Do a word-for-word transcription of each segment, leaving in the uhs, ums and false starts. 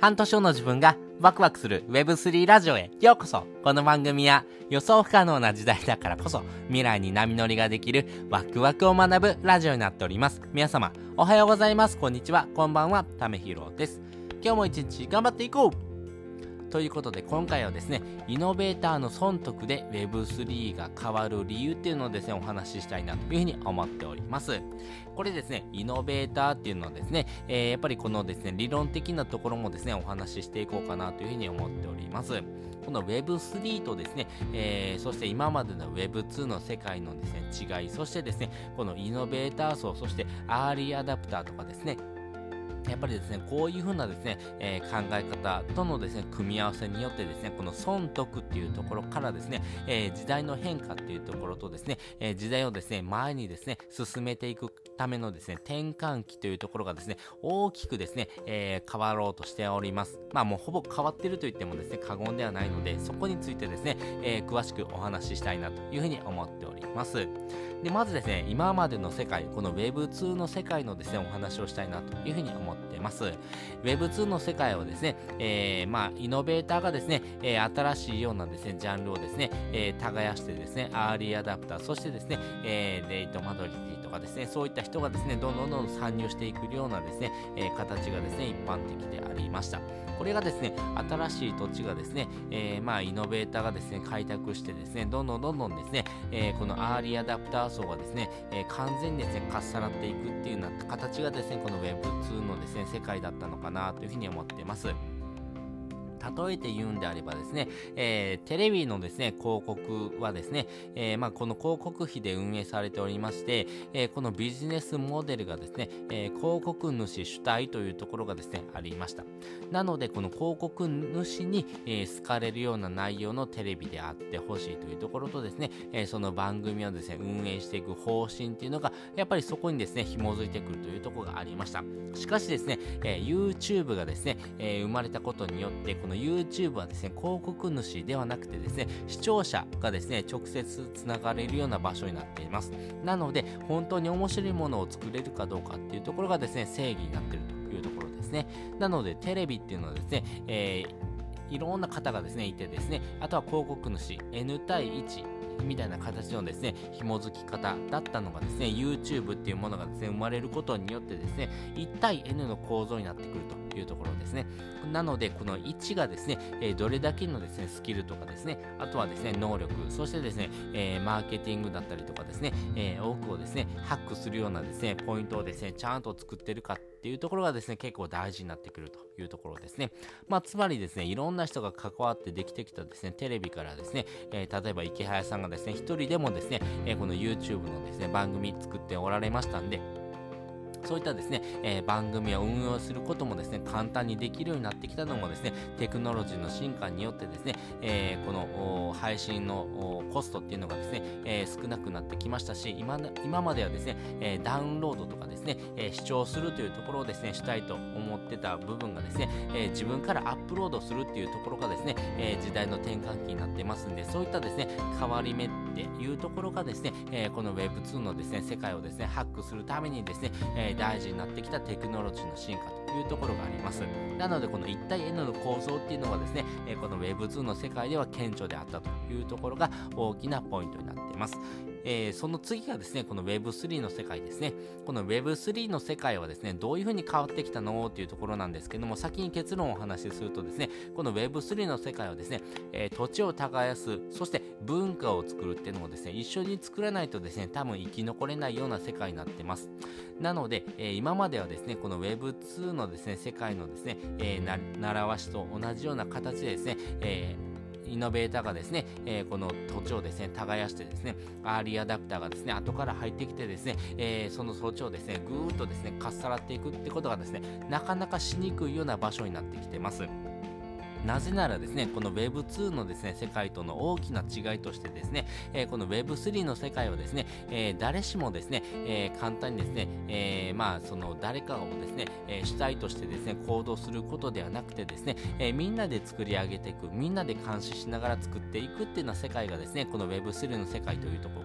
半年後の自分がワクワクする ウェブスリー ラジオへようこそ。この番組は予想不可能な時代だからこそ未来に波乗りができるワクワクを学ぶラジオになっております。皆様おはようございます、こんにちは、こんばんは、ためひろです。今日も一日頑張っていこうということで、今回はですね、イノベーターの損得で ウェブスリー が変わる理由っていうのをですね、お話ししたいなというふうに思っております。これですね、イノベーターっていうのはですね、えー、やっぱりこのですね、理論的なところもですね、お話ししていこうかなというふうに思っております。この ウェブスリー とですね、えー、そして今までの ウェブツー の世界のですね、違い、そしてですね、このイノベーター層、そしてアーリーアダプターとかですね、やっぱりですね、こういう風なですね、えー、考え方とのですね、組み合わせによってですね、この損得っていうところからですね、えー、時代の変化っていうところとですね、えー、時代をですね、前にですね、進めていくためのですね、転換期というところがですね、大きくですね、えー、変わろうとしております。まあもうほぼ変わってると言ってもですね、過言ではないので、そこについてですね、えー、詳しくお話ししたいなというふうに思っております。で、まずですね、今までの世界、この ウェブツー の世界のですね、お話をしたいなというふうに思っています。ウェブツー の世界をですね、えー、まあ、イノベーターがですね、えー、新しいようなですね、ジャンルをですね、えー、耕してですね、アーリーアダプター、そしてですね、えー、レイトマドリティとかですね、そういった人がですね、どんどんどんどん参入していくようなですね、えー、形がですね、一般的でありました。これがですね、新しい土地がですね、えー、まあ、イノベーターがですね、開拓してですね、どんどんどんどんですね、えー、このアーリーアダプター層がですね、えー、完全にですね、かっさらっていくっていうような形がですね、この ウェブツー のですね、世界だったのかなというふうに思っています。例えて言うんであればですね、えー、テレビのですね、広告はですね、えー、まあこの広告費で運営されておりまして、えー、このビジネスモデルがですね、えー、広告主主体というところがですね、ありました。なので、この広告主に、えー、好かれるような内容のテレビであってほしいというところとですね、えー、その番組をですね、運営していく方針っていうのが、やっぱりそこにですね、紐づいてくるというところがありました。しかしですね、えー、YouTube がですね、えー、生まれたことによって、この YouTube はですね、広告主ではなくてですね、視聴者がですね、直接つながれるような場所になっています。なので、本当に面白いものを作れるかどうかっていうところがですね、正義になっているというところですね。なので、テレビっていうのはですね、えー、いろんな方がですね、いてですね、あとは広告主 エヌ 対いちみたいな形のですね、紐づき方だったのがですね、YouTube っていうものがですね、生まれることによってですね、いち対 N の構造になってくるというところですね。なので、このいちがですね、えー、どれだけのですね、スキルとかですね、あとはですね、能力、そしてですね、えー、マーケティングだったりとかですね、えー、多くをですね、ハックするようなですね、ポイントをですね、ちゃんと作ってるかっていうところがですね、結構大事になってくるというところですね。まあ、つまりですね、いろんな人が関わってできてきたですね、テレビからですね、えー、例えば池早さんがですね、一人でもですね、えー、この YouTube のですね、番組作っておられましたんで、そういったですね、えー、番組を運用することもですね、簡単にできるようになってきたのもですね、テクノロジーの進化によってですね、えー、この配信のコストっていうのがですね、えー、少なくなってきましたし、今今まではですね、えー、ダウンロードとかですね、えー、視聴するというところをですね、したいと思ってた部分がですね、えー、自分からアップロードするっていうところがですね、えー、時代の転換期になってますんで、そういったですね、変わり目っていうところがですね、えー、この ウェブツー のですね、世界をですね、ハックするためにですね、えー大事になってきたテクノロジーの進化というところがあります。なので、このいち対 N の構造っていうのがですね、えー、この ウェブツー の世界では顕著であったというところが大きなポイントになっています。えー、その次がですね、この ウェブスリー の世界ですね。この ウェブスリー の世界はですね、どういうふうに変わってきたのというところなんですけども、先に結論をお話しするとですね、この ウェブスリー の世界はですね、えー、土地を耕す、そして文化を作るっていうのをですね、一緒に作らないとですね、多分生き残れないような世界になってます。なので、えー、今まではですね、この ウェブツー のですね、世界のですね、えー、な習わしと同じような形でですね、えーイノベーターがですね、えー、この土地をですね、耕してですね、アーリーアダプターがですね、後から入ってきてですね、えー、その土地をですね、ぐーっとですね、かっさらっていくってことがですね、なかなかしにくいような場所になってきてます。なぜならですね、この ウェブツー のですね、世界との大きな違いとしてですね、えー、この ウェブスリー の世界はですね、えー、誰しもですね、えー、簡単にですね、えー、まあ、その誰かをですね、えー、主体としてですね、行動することではなくてですね、えー、みんなで作り上げていく、みんなで監視しながら作っていくっていうような世界がですね、この ウェブスリー の世界というところがあります。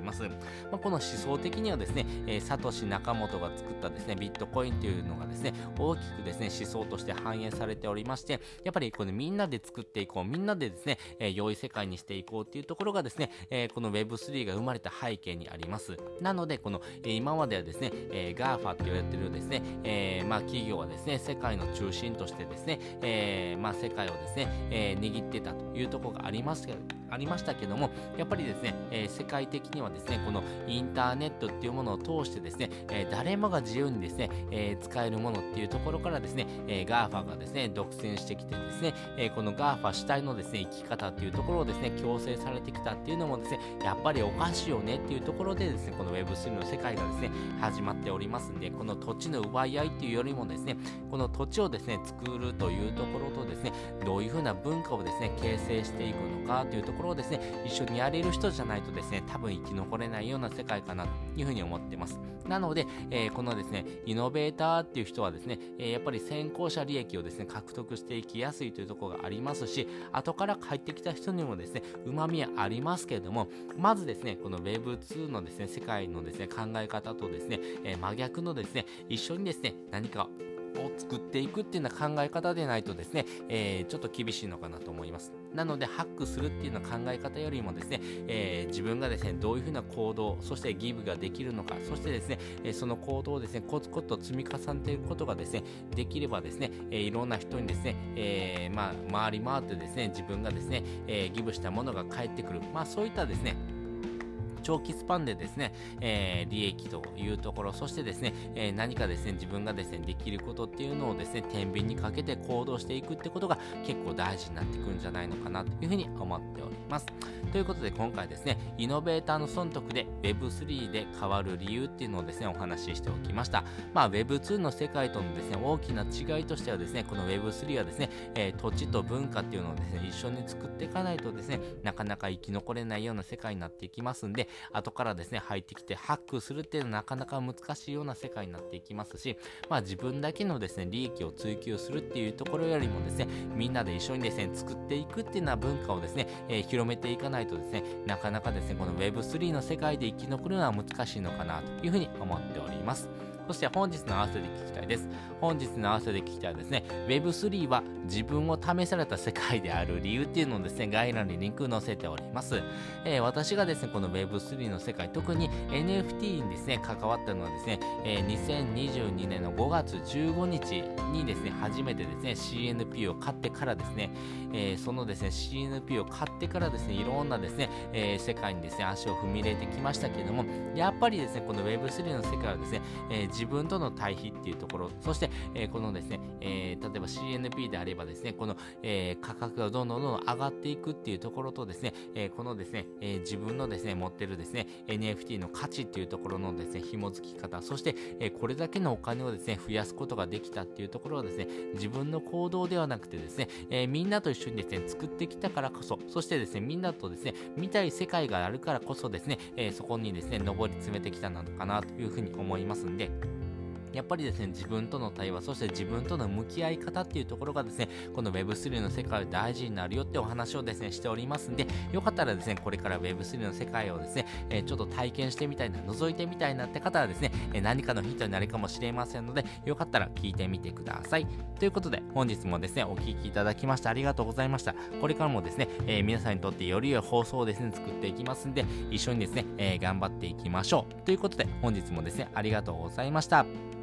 ます。まあ、この思想的にはですね、えー、サトシ・ナカモトが作ったですね、ビットコインというのがですね、大きくですね、思想として反映されておりまして、やっぱりこのみんなで作っていこう、みんなでですね、えー、良い世界にしていこうっていうところがですね、えー、この ウェブスリー が生まれた背景にあります。なので、この、えー、今まではですね、えー、ガーファ って言われてるですね、えー、まあ企業はですね、世界の中心としてですね、えー、まあ世界をですね、えー、握ってたというところがありますけど、ありましたけども、やっぱりですね、えー、世界的にはですね、このインターネットっていうものを通してですね、えー、誰もが自由にですね、えー、使えるものっていうところからですね、えー、ガーファ がですね、独占してきてですね、えー、このガーファ 主体のですね、生き方っていうところをですね、強制されてきたっていうのもですね、やっぱりおかしいよねっていうところでですね、この ウェブスリー の世界がですね、始まっておりますんで、この土地の奪い合いっていうよりもですね、この土地をですね、作るというところとですね、どういうふうな文化をですね、形成していくのかというところをですね、一緒にやれる人じゃないとですね、多分生き残れないような世界かなというふうに思っています。なので、えー、このですね、イノベーターっていう人はですね、えー、やっぱり先行者利益をですね、獲得していきやすいというところがありますし、後から入ってきた人にもですね、旨味はありますけれども、まずですね、この ウェブツー のですね、世界のですね、考え方とですね、えー、真逆のですね、一緒にですね、何かを作っていくっていうような考え方でないとですね、えー、ちょっと厳しいのかなと思います。なのでハックするっていうような考え方よりもですね、えー、自分がですね、どういうふうな行動、そしてギブができるのか、そしてですね、えー、その行動をですね、コツコツと積み重ねていくことがですね、できればですね、えー、いろんな人にですね、えー、まあ、回り回ってですね、自分がですね、えー、ギブしたものが返ってくる。まあ、そういったですね、長期スパンでですね、えー、利益というところ、そしてですね、えー、何かですね、自分がですね、できることっていうのをですね、天秤にかけて行動していくってことが結構大事になってくるんじゃないのかなというふうに思っております。ということで今回ですね、イノベーターの損得で ウェブスリー で変わる理由っていうのをですね、お話ししておきました。まあ ウェブツー の世界とのですね、大きな違いとしてはですね、この ウェブスリー はですね、えー、土地と文化っていうのをですね、一緒に作っていかないとですね、なかなか生き残れないような世界になっていきますんで、後からですね、入ってきてハックするっていうのはなかなか難しいような世界になっていきますし、まあ自分だけのですね、利益を追求するっていうところよりもですね、みんなで一緒にですね、作っていくっていうような文化をですね、えー、広めていかないとですね、なかなかですね、この ウェブスリー の世界で生き残るのは難しいのかなというふうに思っております。そして本日の合わせで聞きたいです。本日の合わせで聞きたいですね、ウェブスリー は自分を試された世界である理由っていうのをですね、概要欄にリンク載せております。えー、私がですね、この ウェブスリー の世界、特に エヌエフティー にですね、関わったのはですね、えー、にせんにじゅうにねんのごがつじゅうごにちにですね、初めてですね、シーエヌピー を買ってからですね、えー、そのですね、シーエヌピー を買ってからですね、いろんなですね、えー、世界にですね、足を踏み入れてきましたけれども、やっぱりですね、この ウェブスリー の世界はですね、えー自分との対比っていうところ、そして、えー、このですね、えー、例えば シーエヌピー であればですね、この、えー、価格がどんどんどんどん上がっていくっていうところとですね、えー、このですね、えー、自分のですね、持ってるですね、エヌエフティー の価値っていうところのですね、紐づき方、そして、えー、これだけのお金をですね、増やすことができたっていうところはですね、自分の行動ではなくてですね、えー、みんなと一緒にですね、作ってきたからこそ、そしてですね、みんなとですね、見たい世界があるからこそですね、えー、そこにですね、上り詰めてきたのかなというふうに思いますんで、やっぱりですね、自分との対話、そして自分との向き合い方っていうところがですね、この ウェブスリー の世界で大事になるよってお話をですね、しておりますんで、よかったらですね、これから ウェブスリー の世界をですね、えー、ちょっと体験してみたいな、覗いてみたいなって方はですね、えー、何かのヒントになるかもしれませんので、よかったら聞いてみてください。ということで、本日もですね、お聞きいただきましてありがとうございました。これからもですね、えー、皆さんにとってより良い放送をですね、作っていきますんで、一緒にですね、えー、頑張っていきましょう。ということで、本日もですね、ありがとうございました。